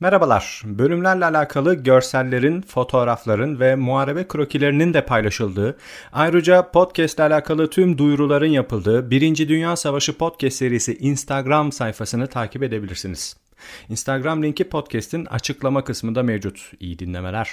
Merhabalar. Bölümlerle alakalı görsellerin, fotoğrafların ve muharebe krokilerinin de paylaşıldığı, ayrıca podcast ile alakalı tüm duyuruların yapıldığı Birinci Dünya Savaşı podcast serisi Instagram sayfasını takip edebilirsiniz. Instagram linki podcast'in açıklama kısmında mevcut. İyi dinlemeler.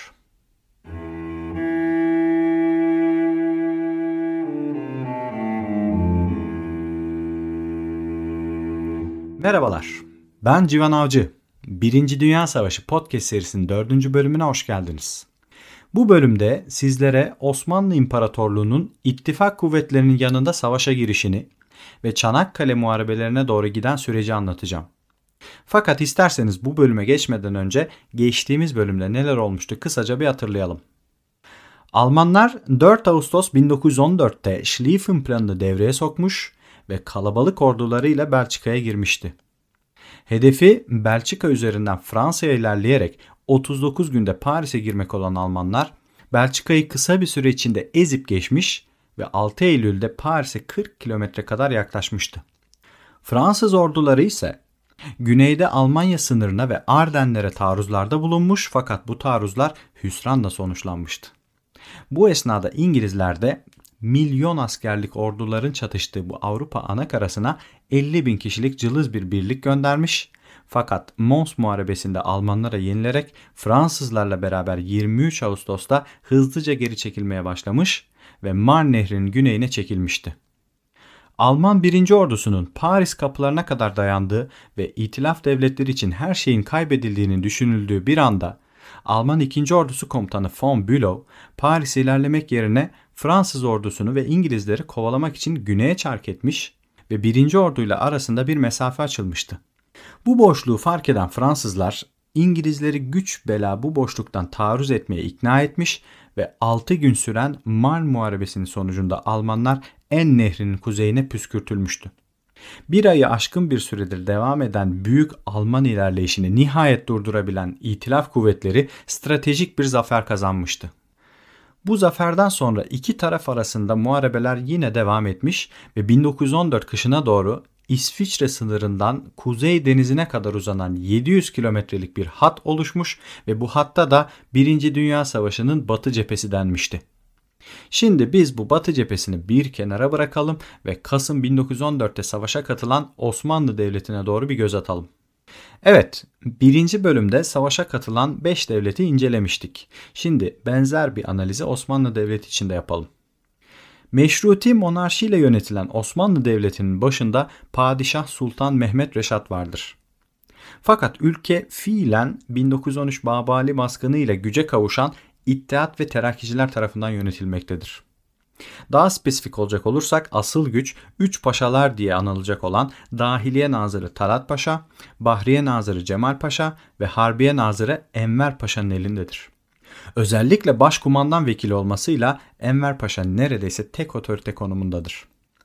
Merhabalar. Ben Civan Avcı. Birinci Dünya Savaşı podcast serisinin 4. bölümüne hoş geldiniz. Bu bölümde sizlere Osmanlı İmparatorluğu'nun ittifak kuvvetlerinin yanında savaşa girişini ve Çanakkale muharebelerine doğru giden süreci anlatacağım. Fakat isterseniz bu bölüme geçmeden önce geçtiğimiz bölümde neler olmuştu kısaca bir hatırlayalım. Almanlar 4 Ağustos 1914'te Schlieffen Planı'nı devreye sokmuş ve kalabalık ordularıyla Belçika'ya girmişti. Hedefi Belçika üzerinden Fransa'ya ilerleyerek 39 günde Paris'e girmek olan Almanlar, Belçika'yı kısa bir süre içinde ezip geçmiş ve 6 Eylül'de Paris'e 40 kilometre kadar yaklaşmıştı. Fransız orduları ise güneyde Almanya sınırına ve Ardenlere taarruzlarda bulunmuş fakat bu taarruzlar hüsranla sonuçlanmıştı. Bu esnada İngilizler de milyon askerlik orduların çatıştığı bu Avrupa anakarasına 50 bin kişilik cılız bir birlik göndermiş. Fakat Mons Muharebesi'nde Almanlara yenilerek Fransızlarla beraber 23 Ağustos'ta hızlıca geri çekilmeye başlamış ve Marne Nehri'nin güneyine çekilmişti. Alman 1. Ordusu'nun Paris kapılarına kadar dayandığı ve İtilaf devletleri için her şeyin kaybedildiğini düşünüldüğü bir anda Alman 2. Ordusu komutanı von Bülow, Paris'e ilerlemek yerine Fransız ordusunu ve İngilizleri kovalamak için güneye çark etmiş ve 1. Orduyla arasında bir mesafe açılmıştı. Bu boşluğu fark eden Fransızlar, İngilizleri güç bela bu boşluktan taarruz etmeye ikna etmiş ve 6 gün süren Marne Muharebesi'nin sonucunda Almanlar En Nehri'nin kuzeyine püskürtülmüştü. Bir ayı aşkın bir süredir devam eden büyük Alman ilerleyişini nihayet durdurabilen İtilaf kuvvetleri stratejik bir zafer kazanmıştı. Bu zaferden sonra iki taraf arasında muharebeler yine devam etmiş ve 1914 kışına doğru İsviçre sınırından Kuzey Denizi'ne kadar uzanan 700 kilometrelik bir hat oluşmuş ve bu hatta da 1. Dünya Savaşı'nın Batı cephesi denmişti. Şimdi biz bu Batı cephesini bir kenara bırakalım ve Kasım 1914'te savaşa katılan Osmanlı Devleti'ne doğru bir göz atalım. Evet, birinci bölümde savaşa katılan 5 devleti incelemiştik. Şimdi benzer bir analizi Osmanlı Devleti için de yapalım. Meşruti monarşiyle yönetilen Osmanlı Devleti'nin başında Padişah Sultan Mehmet Reşat vardır. Fakat ülke fiilen 1913 Babali baskını ile güce kavuşan İttihat ve Terakkiciler tarafından yönetilmektedir. Daha spesifik olacak olursak asıl güç 3 paşalar diye anılacak olan Dahiliye Nazırı Talat Paşa, Bahriye Nazırı Cemal Paşa ve Harbiye Nazırı Enver Paşa'nın elindedir. Özellikle başkumandan vekili olmasıyla Enver Paşa neredeyse tek otorite konumundadır.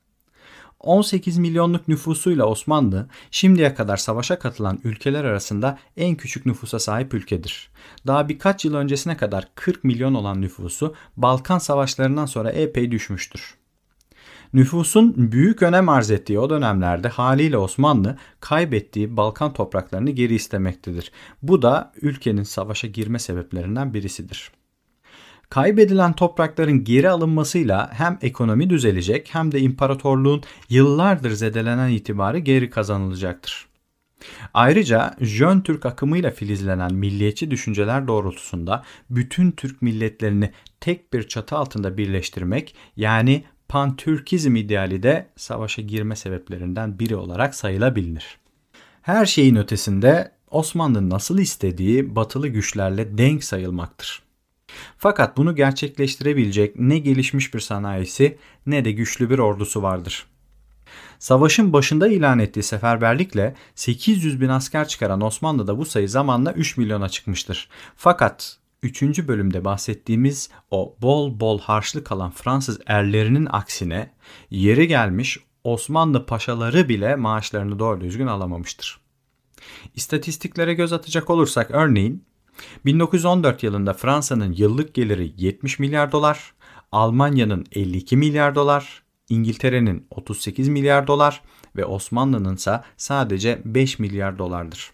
18 milyonluk nüfusuyla Osmanlı, şimdiye kadar savaşa katılan ülkeler arasında en küçük nüfusa sahip ülkedir. Daha birkaç yıl öncesine kadar 40 milyon olan nüfusu Balkan savaşlarından sonra epey düşmüştür. Nüfusun büyük önem arz ettiği o dönemlerde haliyle Osmanlı kaybettiği Balkan topraklarını geri istemektedir. Bu da ülkenin savaşa girme sebeplerinden birisidir. Kaybedilen toprakların geri alınmasıyla hem ekonomi düzelecek hem de imparatorluğun yıllardır zedelenen itibarı geri kazanılacaktır. Ayrıca Jön Türk akımıyla filizlenen milliyetçi düşünceler doğrultusunda bütün Türk milletlerini tek bir çatı altında birleştirmek yani Pan-Türkizm ideali de savaşa girme sebeplerinden biri olarak sayılabilir. Her şeyin ötesinde Osmanlı nasıl istediği batılı güçlerle denk sayılmaktır. Fakat bunu gerçekleştirebilecek ne gelişmiş bir sanayisi ne de güçlü bir ordusu vardır. Savaşın başında ilan ettiği seferberlikle 800 bin asker çıkaran Osmanlı'da bu sayı zamanla 3 milyona çıkmıştır. Fakat 3. bölümde bahsettiğimiz o bol bol harçlık alan Fransız erlerinin aksine yeri gelmiş Osmanlı paşaları bile maaşlarını doğru düzgün alamamıştır. İstatistiklere göz atacak olursak örneğin 1914 yılında Fransa'nın yıllık geliri 70 milyar dolar, Almanya'nın 52 milyar dolar, İngiltere'nin 38 milyar dolar ve Osmanlı'nın ise sadece 5 milyar dolardır.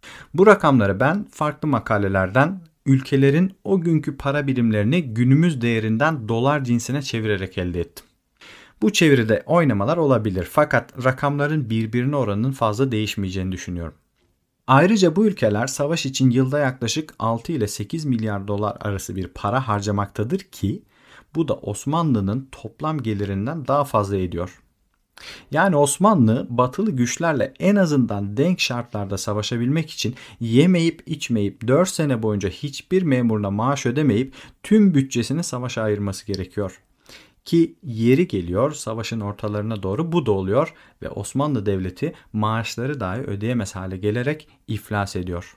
Bu rakamları ben farklı makalelerden ülkelerin o günkü para birimlerini günümüz değerinden dolar cinsine çevirerek elde ettim. Bu çeviride oynamalar olabilir fakat rakamların birbirine oranının fazla değişmeyeceğini düşünüyorum. Ayrıca bu ülkeler savaş için yılda yaklaşık 6 ile 8 milyar dolar arası bir para harcamaktadır ki bu da Osmanlı'nın toplam gelirinden daha fazla ediyor. Yani Osmanlı batılı güçlerle en azından denk şartlarda savaşabilmek için yemeyip içmeyip 4 sene boyunca hiçbir memuruna maaş ödemeyip tüm bütçesini savaşa ayırması gerekiyor. Ki yeri geliyor savaşın ortalarına doğru bu da oluyor ve Osmanlı Devleti maaşları dahi ödeyemez hale gelerek iflas ediyor.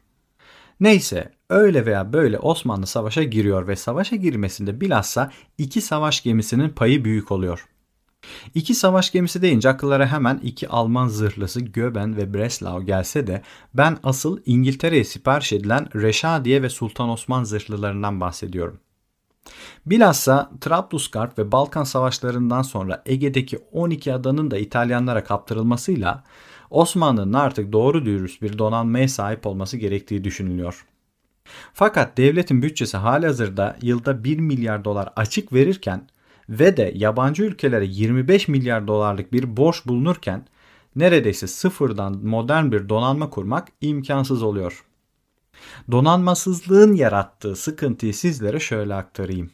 Neyse öyle veya böyle Osmanlı savaşa giriyor ve savaşa girmesinde bilhassa 2 savaş gemisinin payı büyük oluyor. 2 savaş gemisi deyince akıllara hemen 2 Alman zırhlısı Göben ve Breslau gelse de ben asıl İngiltere'ye sipariş edilen Reşadiye ve Sultan Osman zırhlılarından bahsediyorum. Bilhassa Trablusgarp ve Balkan savaşlarından sonra Ege'deki 12 adanın da İtalyanlara kaptırılmasıyla Osmanlı'nın artık doğru dürüst bir donanmaya sahip olması gerektiği düşünülüyor. Fakat devletin bütçesi halihazırda yılda 1 milyar dolar açık verirken ve de yabancı ülkelere 25 milyar dolarlık bir borç bulunurken neredeyse sıfırdan modern bir donanma kurmak imkansız oluyor. Donanmasızlığın yarattığı sıkıntıyı sizlere şöyle aktarayım.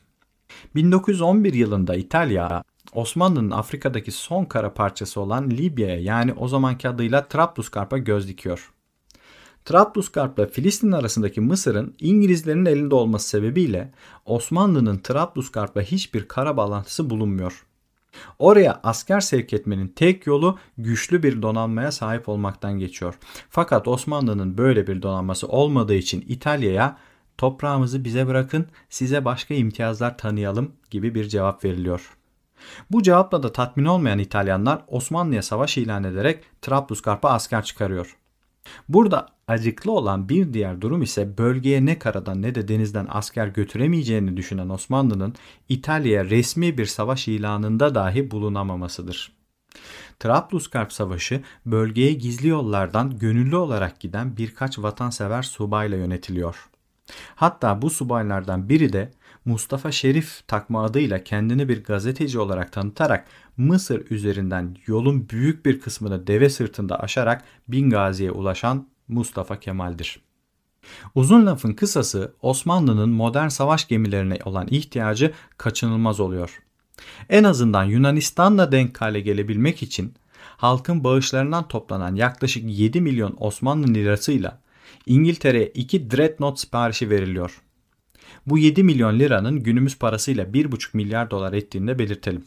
1911 yılında İtalya, Osmanlı'nın Afrika'daki son kara parçası olan Libya'ya yani o zamanki adıyla Trablusgarp'a göz dikiyor. Trablusgarp ile Filistin arasındaki Mısır'ın İngilizlerin elinde olması sebebiyle Osmanlı'nın Trablusgarp'la hiçbir kara bağlantısı bulunmuyor. Oraya asker sevk etmenin tek yolu güçlü bir donanmaya sahip olmaktan geçiyor. Fakat Osmanlı'nın böyle bir donanması olmadığı için İtalya'ya toprağımızı bize bırakın, size başka imtiyazlar tanıyalım gibi bir cevap veriliyor. Bu cevapla da tatmin olmayan İtalyanlar Osmanlı'ya savaş ilan ederek Trablusgarp'a asker çıkarıyor. Burada acıklı olan bir diğer durum ise bölgeye ne karadan ne de denizden asker götüremeyeceğini düşünen Osmanlı'nın İtalya'ya resmi bir savaş ilanında dahi bulunamamasıdır. Trablusgarp Savaşı bölgeye gizli yollardan gönüllü olarak giden birkaç vatansever subayla yönetiliyor. Hatta bu subaylardan biri de Mustafa Şerif takma adıyla kendini bir gazeteci olarak tanıtarak Mısır üzerinden yolun büyük bir kısmını deve sırtında aşarak Bingazi'ye ulaşan Mustafa Kemal'dir. Uzun lafın kısası Osmanlı'nın modern savaş gemilerine olan ihtiyacı kaçınılmaz oluyor. En azından Yunanistan'la denk hale gelebilmek için halkın bağışlarından toplanan yaklaşık 7 milyon Osmanlı lirasıyla İngiltere'ye 2 Dreadnought siparişi veriliyor. Bu 7 milyon liranın günümüz parasıyla 1,5 milyar dolar ettiğini de belirtelim.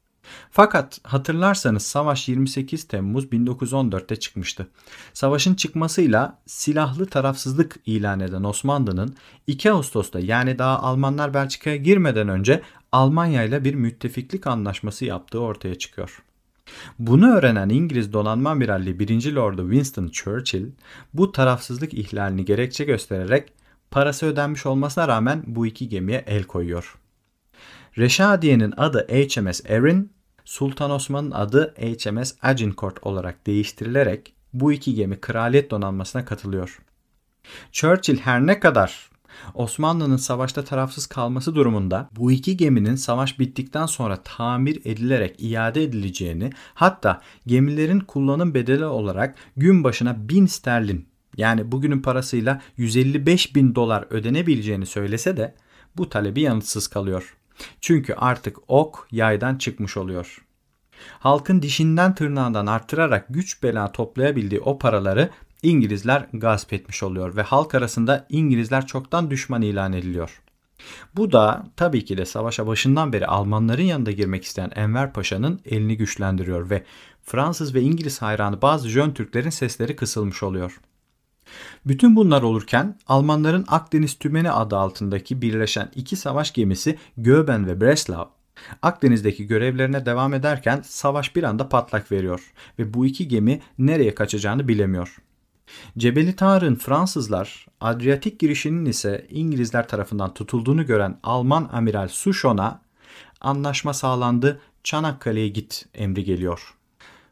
Fakat hatırlarsanız savaş 28 Temmuz 1914'te çıkmıştı. Savaşın çıkmasıyla silahlı tarafsızlık ilan eden Osmanlı'nın 2 Ağustos'ta yani daha Almanlar Belçika'ya girmeden önce Almanya ile bir müttefiklik anlaşması yaptığı ortaya çıkıyor. Bunu öğrenen İngiliz Donanma Amiralliği 1. Lordu Winston Churchill bu tarafsızlık ihlalini gerekçe göstererek parası ödenmiş olmasına rağmen bu 2 gemiye el koyuyor. Reşadiye'nin adı HMS Erin, Sultan Osman'ın adı HMS Agincourt olarak değiştirilerek bu 2 gemi Kraliyet Donanması'na katılıyor. Churchill her ne kadar Osmanlı'nın savaşta tarafsız kalması durumunda bu 2 geminin savaş bittikten sonra tamir edilerek iade edileceğini, hatta gemilerin kullanım bedeli olarak gün başına 1000 sterlin yani bugünün parasıyla 155 bin dolar ödenebileceğini söylese de bu talebi yanıtsız kalıyor. Çünkü artık ok yaydan çıkmış oluyor. Halkın dişinden tırnağından arttırarak güç bela toplayabildiği o paraları İngilizler gasp etmiş oluyor ve halk arasında İngilizler çoktan düşman ilan ediliyor. Bu da tabii ki de savaşa başından beri Almanların yanında girmek isteyen Enver Paşa'nın elini güçlendiriyor ve Fransız ve İngiliz hayranı bazı Jön Türklerin sesleri kısılmış oluyor. Bütün bunlar olurken Almanların Akdeniz Tümeni adı altındaki birleşen 2 savaş gemisi Göben ve Breslau Akdeniz'deki görevlerine devam ederken savaş bir anda patlak veriyor ve bu 2 gemi nereye kaçacağını bilemiyor. Cebeli Tarık'ın Fransızlar, Adriyatik girişinin ise İngilizler tarafından tutulduğunu gören Alman amiral Suchon'a anlaşma sağlandı, Çanakkale'ye git emri geliyor.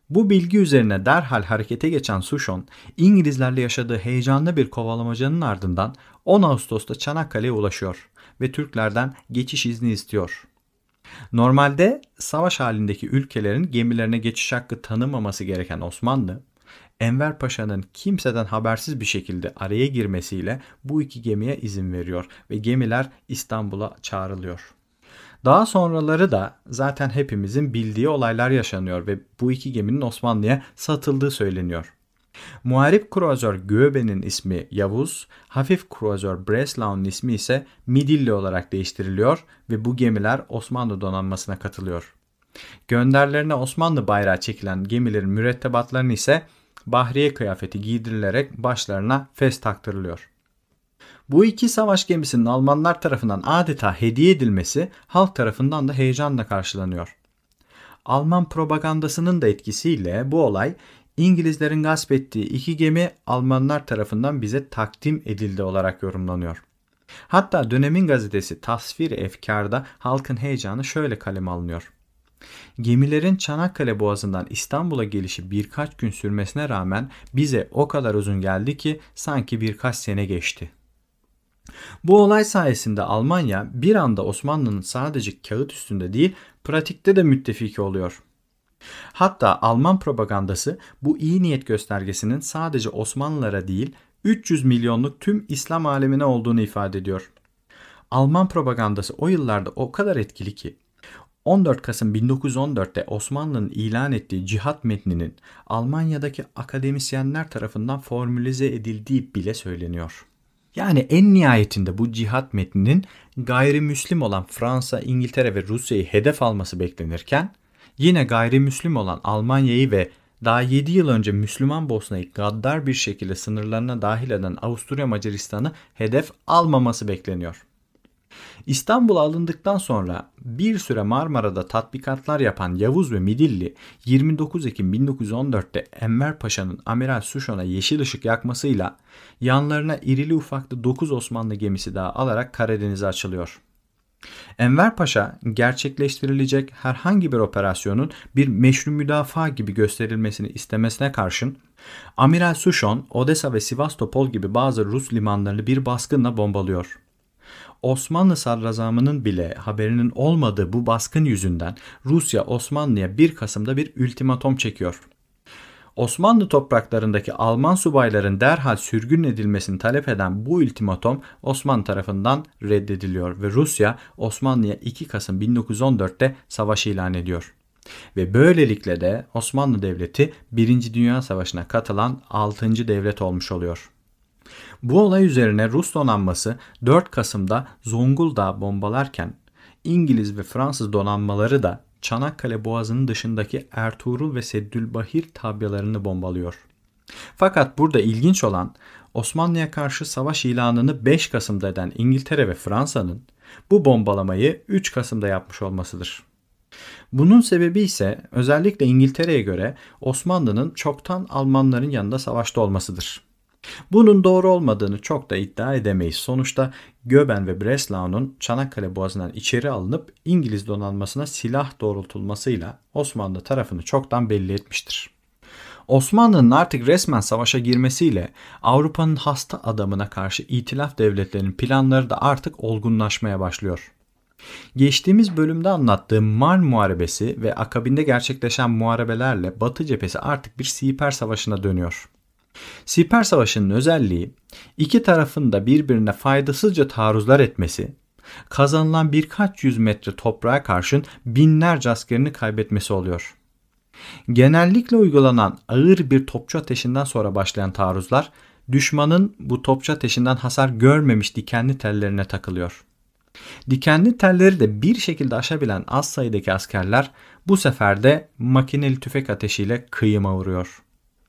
Bu bilgi üzerine derhal harekete geçen Sushon, İngilizlerle yaşadığı heyecanlı bir kovalamacanın ardından 10 Ağustos'ta Çanakkale'ye ulaşıyor ve Türklerden geçiş izni istiyor. Normalde savaş halindeki ülkelerin gemilerine geçiş hakkı tanımaması gereken Osmanlı, Enver Paşa'nın kimseden habersiz bir şekilde araya girmesiyle bu iki gemiye izin veriyor ve gemiler İstanbul'a çağrılıyor. Daha sonraları da zaten hepimizin bildiği olaylar yaşanıyor ve bu iki geminin Osmanlı'ya satıldığı söyleniyor. Muharip kruvazör Göbe'nin ismi Yavuz, hafif kruvazör Breslau'nun ismi ise Midilli olarak değiştiriliyor ve bu gemiler Osmanlı donanmasına katılıyor. Gönderilerine Osmanlı bayrağı çekilen gemilerin mürettebatlarını ise bahriye kıyafeti giydirilerek başlarına fes taktırılıyor. Bu iki savaş gemisinin Almanlar tarafından adeta hediye edilmesi halk tarafından da heyecanla karşılanıyor. Alman propagandasının da etkisiyle bu olay İngilizlerin gasp ettiği iki gemi Almanlar tarafından bize takdim edildi olarak yorumlanıyor. Hatta dönemin gazetesi Tasvir-i Efkar'da halkın heyecanı şöyle kaleme alınıyor. Gemilerin Çanakkale Boğazı'ndan İstanbul'a gelişi birkaç gün sürmesine rağmen bize o kadar uzun geldi ki sanki birkaç sene geçti. Bu olay sayesinde Almanya bir anda Osmanlı'nın sadece kağıt üstünde değil, pratikte de müttefiki oluyor. Hatta Alman propagandası bu iyi niyet göstergesinin sadece Osmanlılara değil, 300 milyonluk tüm İslam alemine olduğunu ifade ediyor. Alman propagandası o yıllarda o kadar etkili ki, 14 Kasım 1914'te Osmanlı'nın ilan ettiği cihat metninin Almanya'daki akademisyenler tarafından formülize edildiği bile söyleniyor. Yani en nihayetinde bu cihat metninin gayrimüslim olan Fransa, İngiltere ve Rusya'yı hedef alması beklenirken, yine gayrimüslim olan Almanya'yı ve daha 7 yıl önce Müslüman Bosna'yı gaddar bir şekilde sınırlarına dahil eden Avusturya Macaristan'ı hedef almaması bekleniyor. İstanbul'a alındıktan sonra bir süre Marmara'da tatbikatlar yapan Yavuz ve Midilli 29 Ekim 1914'te Enver Paşa'nın Amiral Sushon'a yeşil ışık yakmasıyla yanlarına irili ufaklı 9 Osmanlı gemisi daha alarak Karadeniz'e açılıyor. Enver Paşa gerçekleştirilecek herhangi bir operasyonun bir meşru müdafaa gibi gösterilmesini istemesine karşın Amiral Sushon, Odessa ve Sivastopol gibi bazı Rus limanlarını bir baskınla bombalıyor. Osmanlı sadrazamının bile haberinin olmadığı bu baskın yüzünden Rusya Osmanlı'ya 1 Kasım'da bir ultimatom çekiyor. Osmanlı topraklarındaki Alman subayların derhal sürgün edilmesini talep eden bu ultimatom Osmanlı tarafından reddediliyor ve Rusya Osmanlı'ya 2 Kasım 1914'te savaş ilan ediyor. Ve böylelikle de Osmanlı Devleti 1. Dünya Savaşı'na katılan 6. devlet olmuş oluyor. Bu olay üzerine Rus donanması 4 Kasım'da Zonguldak'ı bombalarken İngiliz ve Fransız donanmaları da Çanakkale Boğazı'nın dışındaki Ertuğrul ve Seddülbahir tabyalarını bombalıyor. Fakat burada ilginç olan Osmanlı'ya karşı savaş ilanını 5 Kasım'da eden İngiltere ve Fransa'nın bu bombalamayı 3 Kasım'da yapmış olmasıdır. Bunun sebebi ise özellikle İngiltere'ye göre Osmanlı'nın çoktan Almanların yanında savaşta olmasıdır. Bunun doğru olmadığını çok da iddia edemeyiz. Sonuçta Göben ve Breslau'nun Çanakkale Boğazı'ndan içeri alınıp İngiliz donanmasına silah doğrultulmasıyla Osmanlı tarafını çoktan belli etmiştir. Osmanlı'nın artık resmen savaşa girmesiyle Avrupa'nın hasta adamına karşı İtilaf devletlerinin planları da artık olgunlaşmaya başlıyor. Geçtiğimiz bölümde anlattığım Marne Muharebesi ve akabinde gerçekleşen muharebelerle Batı cephesi artık bir siper savaşına dönüyor. Siper Savaşı'nın özelliği iki tarafın da birbirine faydasızca taarruzlar etmesi, kazanılan birkaç yüz metre toprağa karşın binlerce askerini kaybetmesi oluyor. Genellikle uygulanan ağır bir topçu ateşinden sonra başlayan taarruzlar, düşmanın bu topçu ateşinden hasar görmemiş dikenli tellerine takılıyor. Dikenli telleri de bir şekilde aşabilen az sayıdaki askerler bu sefer de makineli tüfek ateşiyle kıyıma vuruyor.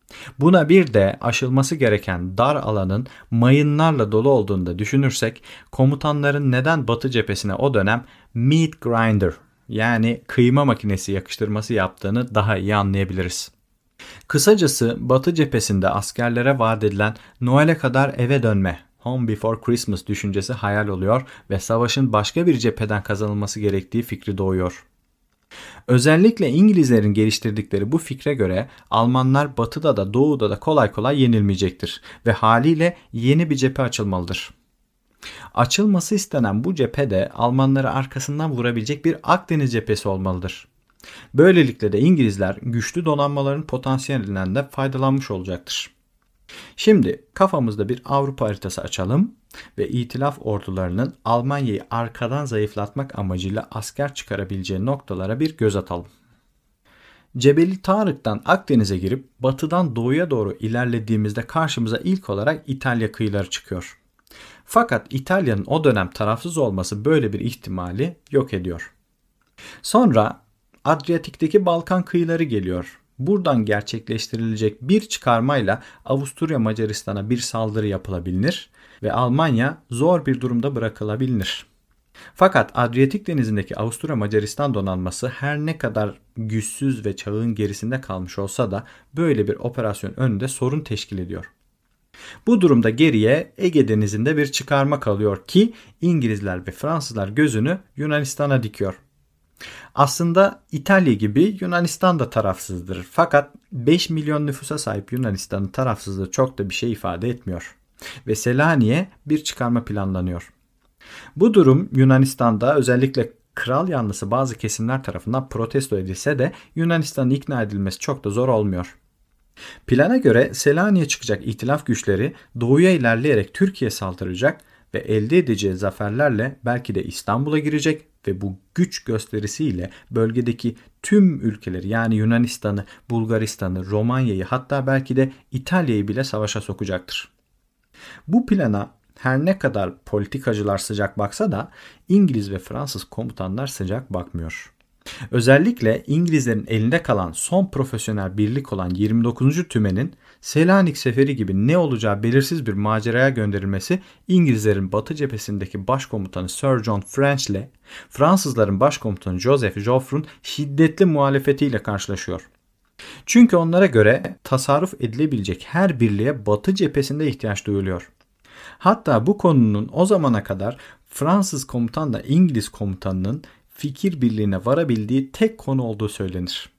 Buna bir de aşılması gereken dar alanın mayınlarla dolu olduğunu da düşünürsek komutanların neden Batı cephesine o dönem meat grinder yani kıyma makinesi yakıştırması yaptığını daha iyi anlayabiliriz. Kısacası Batı cephesinde askerlere vaat edilen Noel'e kadar eve dönme, home before Christmas düşüncesi hayal oluyor ve savaşın başka bir cepheden kazanılması gerektiği fikri doğuyor. Özellikle İngilizlerin geliştirdikleri bu fikre göre Almanlar batıda da doğuda da kolay kolay yenilmeyecektir ve haliyle yeni bir cephe açılmalıdır. Açılması istenen bu cephe de Almanları arkasından vurabilecek bir Akdeniz cephesi olmalıdır. Böylelikle de İngilizler güçlü donanmaların potansiyelinden de faydalanmış olacaktır. Şimdi kafamızda bir Avrupa haritası açalım ve İtilaf ordularının Almanya'yı arkadan zayıflatmak amacıyla asker çıkarabileceği noktalara bir göz atalım. Cebeli Tarık'tan Akdeniz'e girip batıdan doğuya doğru ilerlediğimizde karşımıza ilk olarak İtalya kıyıları çıkıyor. Fakat İtalya'nın o dönem tarafsız olması böyle bir ihtimali yok ediyor. Sonra Adriyatik'teki Balkan kıyıları geliyor. Buradan gerçekleştirilecek bir çıkarmayla Avusturya Macaristan'a bir saldırı yapılabilir ve Almanya zor bir durumda bırakılabilir. Fakat Adriyatik Denizi'ndeki Avusturya Macaristan donanması her ne kadar güçsüz ve çağın gerisinde kalmış olsa da böyle bir operasyon önünde sorun teşkil ediyor. Bu durumda geriye Ege Denizi'nde bir çıkarma kalıyor ki İngilizler ve Fransızlar gözünü Yunanistan'a dikiyor. Aslında İtalya gibi Yunanistan da tarafsızdır. Fakat 5 milyon nüfusa sahip Yunanistan'ın tarafsızlığı çok da bir şey ifade etmiyor. Ve Selanik'e bir çıkarma planlanıyor. Bu durum Yunanistan'da özellikle kral yanlısı bazı kesimler tarafından protesto edilse de Yunanistan'ın ikna edilmesi çok da zor olmuyor. Plana göre Selanik'e çıkacak ihtilaf güçleri doğuya ilerleyerek Türkiye'ye saldıracak ve elde edeceği zaferlerle belki de İstanbul'a girecek ve bu güç gösterisiyle bölgedeki tüm ülkeleri yani Yunanistan'ı, Bulgaristan'ı, Romanya'yı hatta belki de İtalya'yı bile savaşa sokacaktır. Bu plana her ne kadar politikacılar sıcak baksa da İngiliz ve Fransız komutanlar sıcak bakmıyor. Özellikle İngilizlerin elinde kalan son profesyonel birlik olan 29. Tümen'in Selanik Seferi gibi ne olacağı belirsiz bir maceraya gönderilmesi İngilizlerin Batı cephesindeki başkomutanı Sir John French ile Fransızların başkomutanı Joseph Joffre'un şiddetli muhalefetiyle karşılaşıyor. Çünkü onlara göre tasarruf edilebilecek her birliğe Batı cephesinde ihtiyaç duyuluyor. Hatta bu konunun o zamana kadar Fransız komutanla İngiliz komutanının fikir birliğine varabildiği tek konu olduğu söylenir.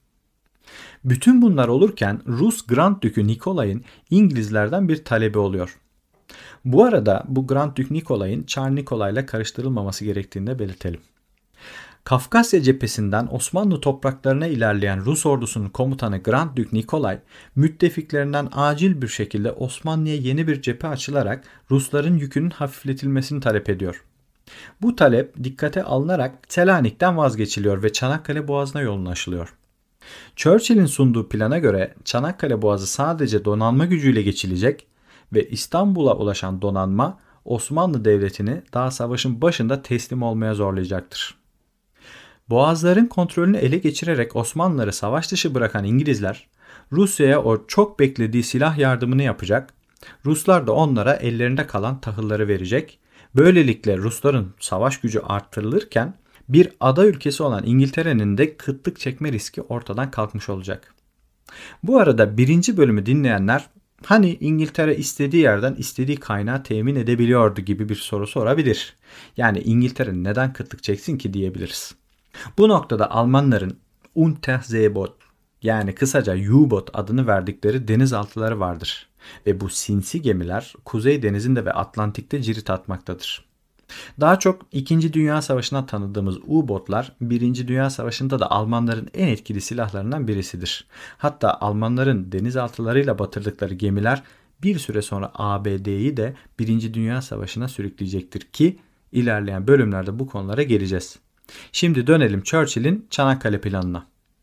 Bütün bunlar olurken Rus Grand Dükü Nikolay'ın İngilizlerden bir talebi oluyor. Bu arada bu Grand Dük Nikolay'ın Çar Nikolay'la karıştırılmaması gerektiğini de belirtelim. Kafkasya cephesinden Osmanlı topraklarına ilerleyen Rus ordusunun komutanı Grand Dük Nikolay, müttefiklerinden acil bir şekilde Osmanlı'ya yeni bir cephe açılarak Rusların yükünün hafifletilmesini talep ediyor. Bu talep dikkate alınarak Selanik'ten vazgeçiliyor ve Çanakkale Boğazı'na yoğunlaşılıyor. Churchill'in sunduğu plana göre Çanakkale Boğazı sadece donanma gücüyle geçilecek ve İstanbul'a ulaşan donanma Osmanlı Devleti'ni daha savaşın başında teslim olmaya zorlayacaktır. Boğazların kontrolünü ele geçirerek Osmanlıları savaş dışı bırakan İngilizler Rusya'ya o çok beklediği silah yardımını yapacak, Ruslar da onlara ellerinde kalan tahılları verecek. Böylelikle Rusların savaş gücü arttırılırken bir ada ülkesi olan İngiltere'nin de kıtlık çekme riski ortadan kalkmış olacak. Bu arada birinci bölümü dinleyenler hani İngiltere istediği yerden istediği kaynağı temin edebiliyordu gibi bir soru sorabilir. Yani İngiltere neden kıtlık çeksin ki diyebiliriz. Bu noktada Almanların Unterseeboot yani kısaca U-Boot adını verdikleri denizaltıları vardır. Ve bu sinsi gemiler Kuzey Denizi'nde ve Atlantik'te cirit atmaktadır. Daha çok 2. Dünya Savaşı'nda tanıdığımız U-Bootlar 1. Dünya Savaşı'nda da Almanların en etkili silahlarından birisidir. Hatta Almanların denizaltılarıyla batırdıkları gemiler bir süre sonra ABD'yi de 1. Dünya Savaşı'na sürükleyecektir ki ilerleyen bölümlerde bu konulara geleceğiz. Şimdi dönelim Churchill'in Çanakkale planına.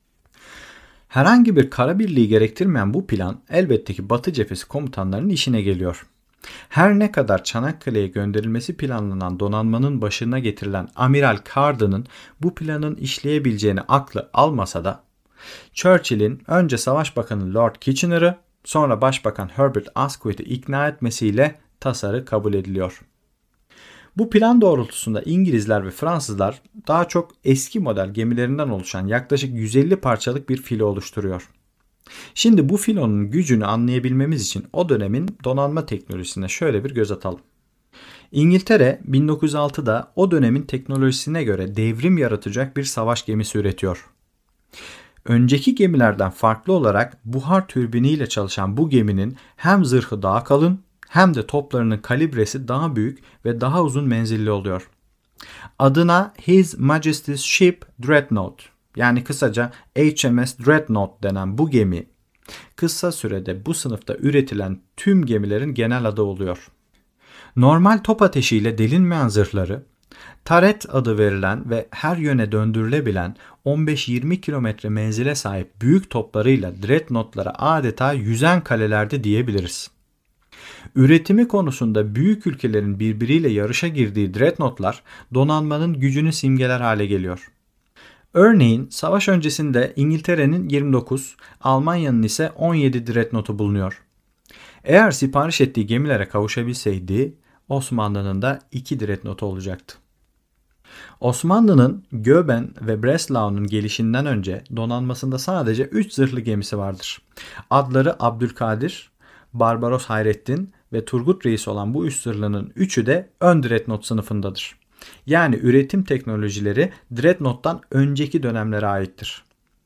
Herhangi bir kara birliği gerektirmeyen bu plan elbette ki Batı cephesi komutanlarının işine geliyor. Her ne kadar Çanakkale'ye gönderilmesi planlanan donanmanın başına getirilen Amiral Carden'ın bu planın işleyebileceğini aklı almasa da Churchill'in önce Savaş Bakanı Lord Kitchener'ı sonra Başbakan Herbert Asquith'i ikna etmesiyle tasarı kabul ediliyor. Bu plan doğrultusunda İngilizler ve Fransızlar daha çok eski model gemilerinden oluşan yaklaşık 150 parçalık bir filo oluşturuyor. Şimdi bu filonun gücünü anlayabilmemiz için o dönemin donanma teknolojisine şöyle bir göz atalım. İngiltere 1906'da o dönemin teknolojisine göre devrim yaratacak bir savaş gemisi üretiyor. Önceki gemilerden farklı olarak buhar türbiniyle çalışan bu geminin hem zırhı daha kalın hem de toplarının kalibresi daha büyük ve daha uzun menzilli oluyor. Adına His Majesty's Ship Dreadnought, yani kısaca HMS Dreadnought denen bu gemi, kısa sürede bu sınıfta üretilen tüm gemilerin genel adı oluyor. Normal top ateşiyle delinmeyen zırhları, Taret adı verilen ve her yöne döndürülebilen 15-20 kilometre menzile sahip büyük toplarıyla dreadnoughtlara adeta yüzen kalelerde diyebiliriz. Üretimi konusunda büyük ülkelerin birbiriyle yarışa girdiği dreadnoughtlar donanmanın gücünü simgeler hale geliyor. Örneğin savaş öncesinde İngiltere'nin 29, Almanya'nın ise 17 dreadnought'u bulunuyor. Eğer sipariş ettiği gemilere kavuşabilseydi Osmanlı'nın da 2 dreadnought'u olacaktı. Osmanlı'nın Göben ve Breslau'nun gelişinden önce donanmasında sadece 3 zırhlı gemisi vardır. Adları Abdülkadir, Barbaros Hayrettin ve Turgut Reis olan bu 3 zırhlının 3'ü de ön dreadnought sınıfındadır. Yani üretim teknolojileri dreadnought'tan önceki dönemlere aittir.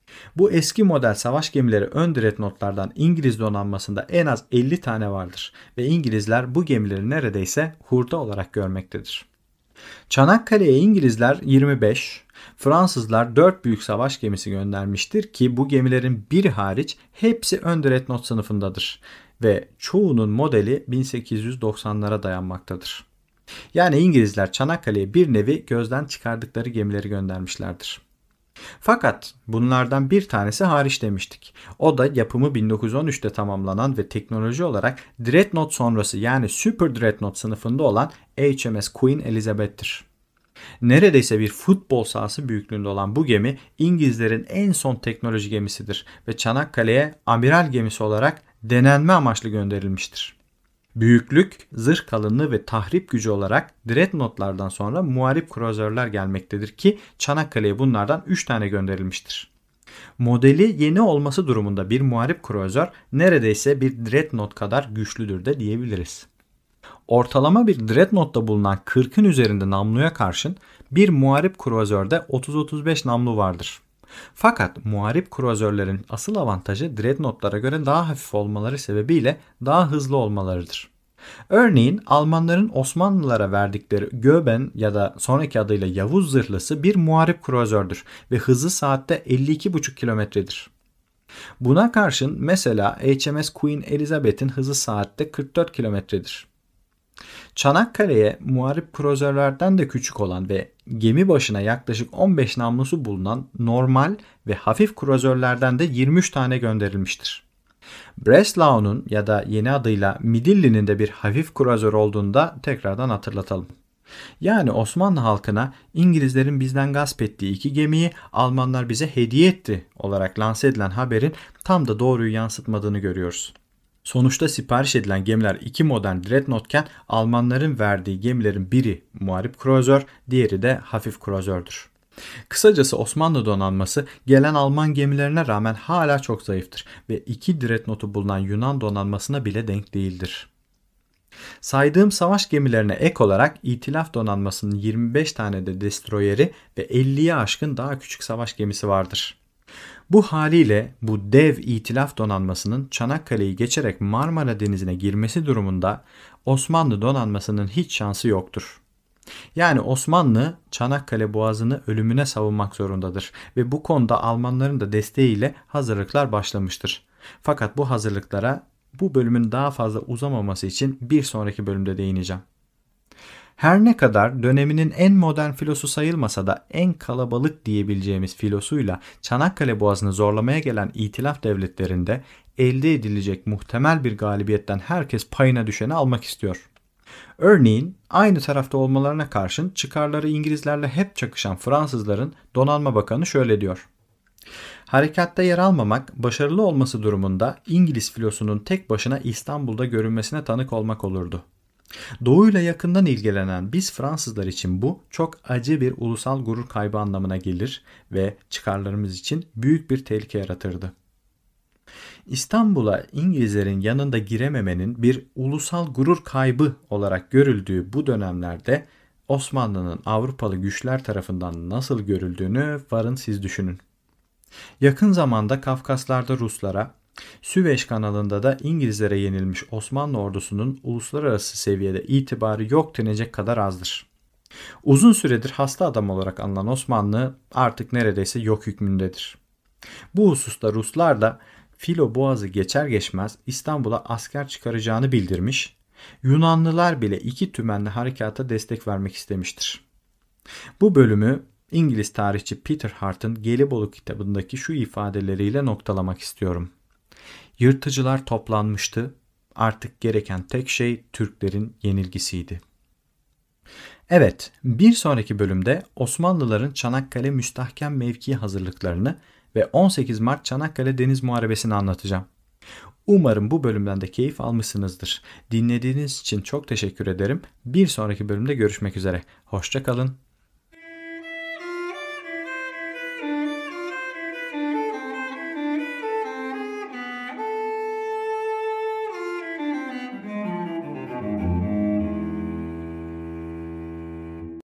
Bu eski model savaş gemileri ön dreadnought'lardan İngiliz donanmasında en az 50 tane vardır ve İngilizler bu gemileri neredeyse hurda olarak görmektedir. Çanakkale'ye İngilizler 25, Fransızlar 4 büyük savaş gemisi göndermiştir ki bu gemilerin biri hariç hepsi ön dreadnought sınıfındadır ve çoğunun modeli 1890'lara dayanmaktadır. Yani İngilizler Çanakkale'ye bir nevi gözden çıkardıkları gemileri göndermişlerdir. Fakat bunlardan bir tanesi hariç demiştik. O da yapımı 1913'te tamamlanan ve teknoloji olarak Dreadnought sonrası yani Super Dreadnought sınıfında olan HMS Queen Elizabeth'tir. Neredeyse bir futbol sahası büyüklüğünde olan bu gemi İngilizlerin en son teknoloji gemisidir ve Çanakkale'ye amiral gemisi olarak denenme amaçlı gönderilmiştir. Büyüklük, zırh kalınlığı ve tahrip gücü olarak dreadnoughtlardan sonra muharip kruzerler gelmektedir ki Çanakkale'ye bunlardan 3 tane gönderilmiştir. Modeli yeni olması durumunda bir muharip kruzer neredeyse bir dreadnought kadar güçlüdür de diyebiliriz. Ortalama bir dreadnoughtta bulunan 40'ın üzerinde namluya karşın bir muharip kruzerde 30-35 namlu vardır. Fakat muharip kruzerlerin asıl avantajı dreadnoughtlara göre daha hafif olmaları sebebiyle daha hızlı olmalarıdır. Örneğin Almanların Osmanlılara verdikleri Göben ya da sonraki adıyla Yavuz zırhlısı bir muharip kruzerdür ve hızı saatte 52,5 kilometredir. Buna karşın mesela HMS Queen Elizabeth'in hızı saatte 44 kilometredir. Çanakkale'ye muharip kruzerlerden de küçük olan ve gemi başına yaklaşık 15 namlusu bulunan normal ve hafif kruzerlerden de 23 tane gönderilmiştir. Breslau'nun ya da yeni adıyla Midilli'nin de bir hafif kruzer olduğunu da tekrardan hatırlatalım. Yani Osmanlı halkına İngilizlerin bizden gasp ettiği 2 gemiyi Almanlar bize hediye etti olarak lanse edilen haberin tam da doğruyu yansıtmadığını görüyoruz. Sonuçta sipariş edilen gemiler 2 modern dreadnoughtken Almanların verdiği gemilerin biri muharip kruzer, diğeri de hafif kruzerdür. Kısacası Osmanlı donanması gelen Alman gemilerine rağmen hala çok zayıftır ve 2 dreadnought'u bulunan Yunan donanmasına bile denk değildir. Saydığım savaş gemilerine ek olarak İtilaf donanmasının 25 tane de destroyeri ve 50'ye aşkın daha küçük savaş gemisi vardır. Bu haliyle bu dev İtilaf donanmasının Çanakkale'yi geçerek Marmara Denizi'ne girmesi durumunda Osmanlı donanmasının hiç şansı yoktur. Yani Osmanlı Çanakkale Boğazı'nı ölümüne savunmak zorundadır ve bu konuda Almanların da desteğiyle hazırlıklar başlamıştır. Fakat bu hazırlıklara bu bölümün daha fazla uzamaması için bir sonraki bölümde değineceğim. Her ne kadar döneminin en modern filosu sayılmasa da en kalabalık diyebileceğimiz filosuyla Çanakkale Boğazı'nı zorlamaya gelen İtilaf devletlerinde elde edilecek muhtemel bir galibiyetten herkes payına düşeni almak istiyor. Örneğin aynı tarafta olmalarına karşın çıkarları İngilizlerle hep çakışan Fransızların Donanma Bakanı şöyle diyor. Harekatta yer almamak başarılı olması durumunda İngiliz filosunun tek başına İstanbul'da görünmesine tanık olmak olurdu. Doğuyla yakından ilgilenen biz Fransızlar için bu çok acı bir ulusal gurur kaybı anlamına gelir ve çıkarlarımız için büyük bir tehlike yaratırdı. İstanbul'a İngilizlerin yanında girememenin bir ulusal gurur kaybı olarak görüldüğü bu dönemlerde Osmanlı'nın Avrupalı güçler tarafından nasıl görüldüğünü varın siz düşünün. Yakın zamanda Kafkaslar'da Ruslara, Süveyş kanalında da İngilizlere yenilmiş Osmanlı ordusunun uluslararası seviyede itibarı yok denecek kadar azdır. Uzun süredir hasta adam olarak anılan Osmanlı artık neredeyse yok hükmündedir. Bu hususta Ruslar da Filo Boğazı geçer geçmez İstanbul'a asker çıkaracağını bildirmiş, Yunanlılar bile iki tümenli harekata destek vermek istemiştir. Bu bölümü İngiliz tarihçi Peter Hart'ın Gelibolu kitabındaki şu ifadeleriyle noktalamak istiyorum. Yırtıcılar toplanmıştı, artık gereken tek şey Türklerin yenilgisiydi. Evet, bir sonraki bölümde Osmanlıların Çanakkale müstahkem mevki hazırlıklarını ve 18 Mart Çanakkale Deniz Muharebesi'ni anlatacağım. Umarım bu bölümden de keyif almışsınızdır. Dinlediğiniz için çok teşekkür ederim. Bir sonraki bölümde görüşmek üzere. Hoşça kalın.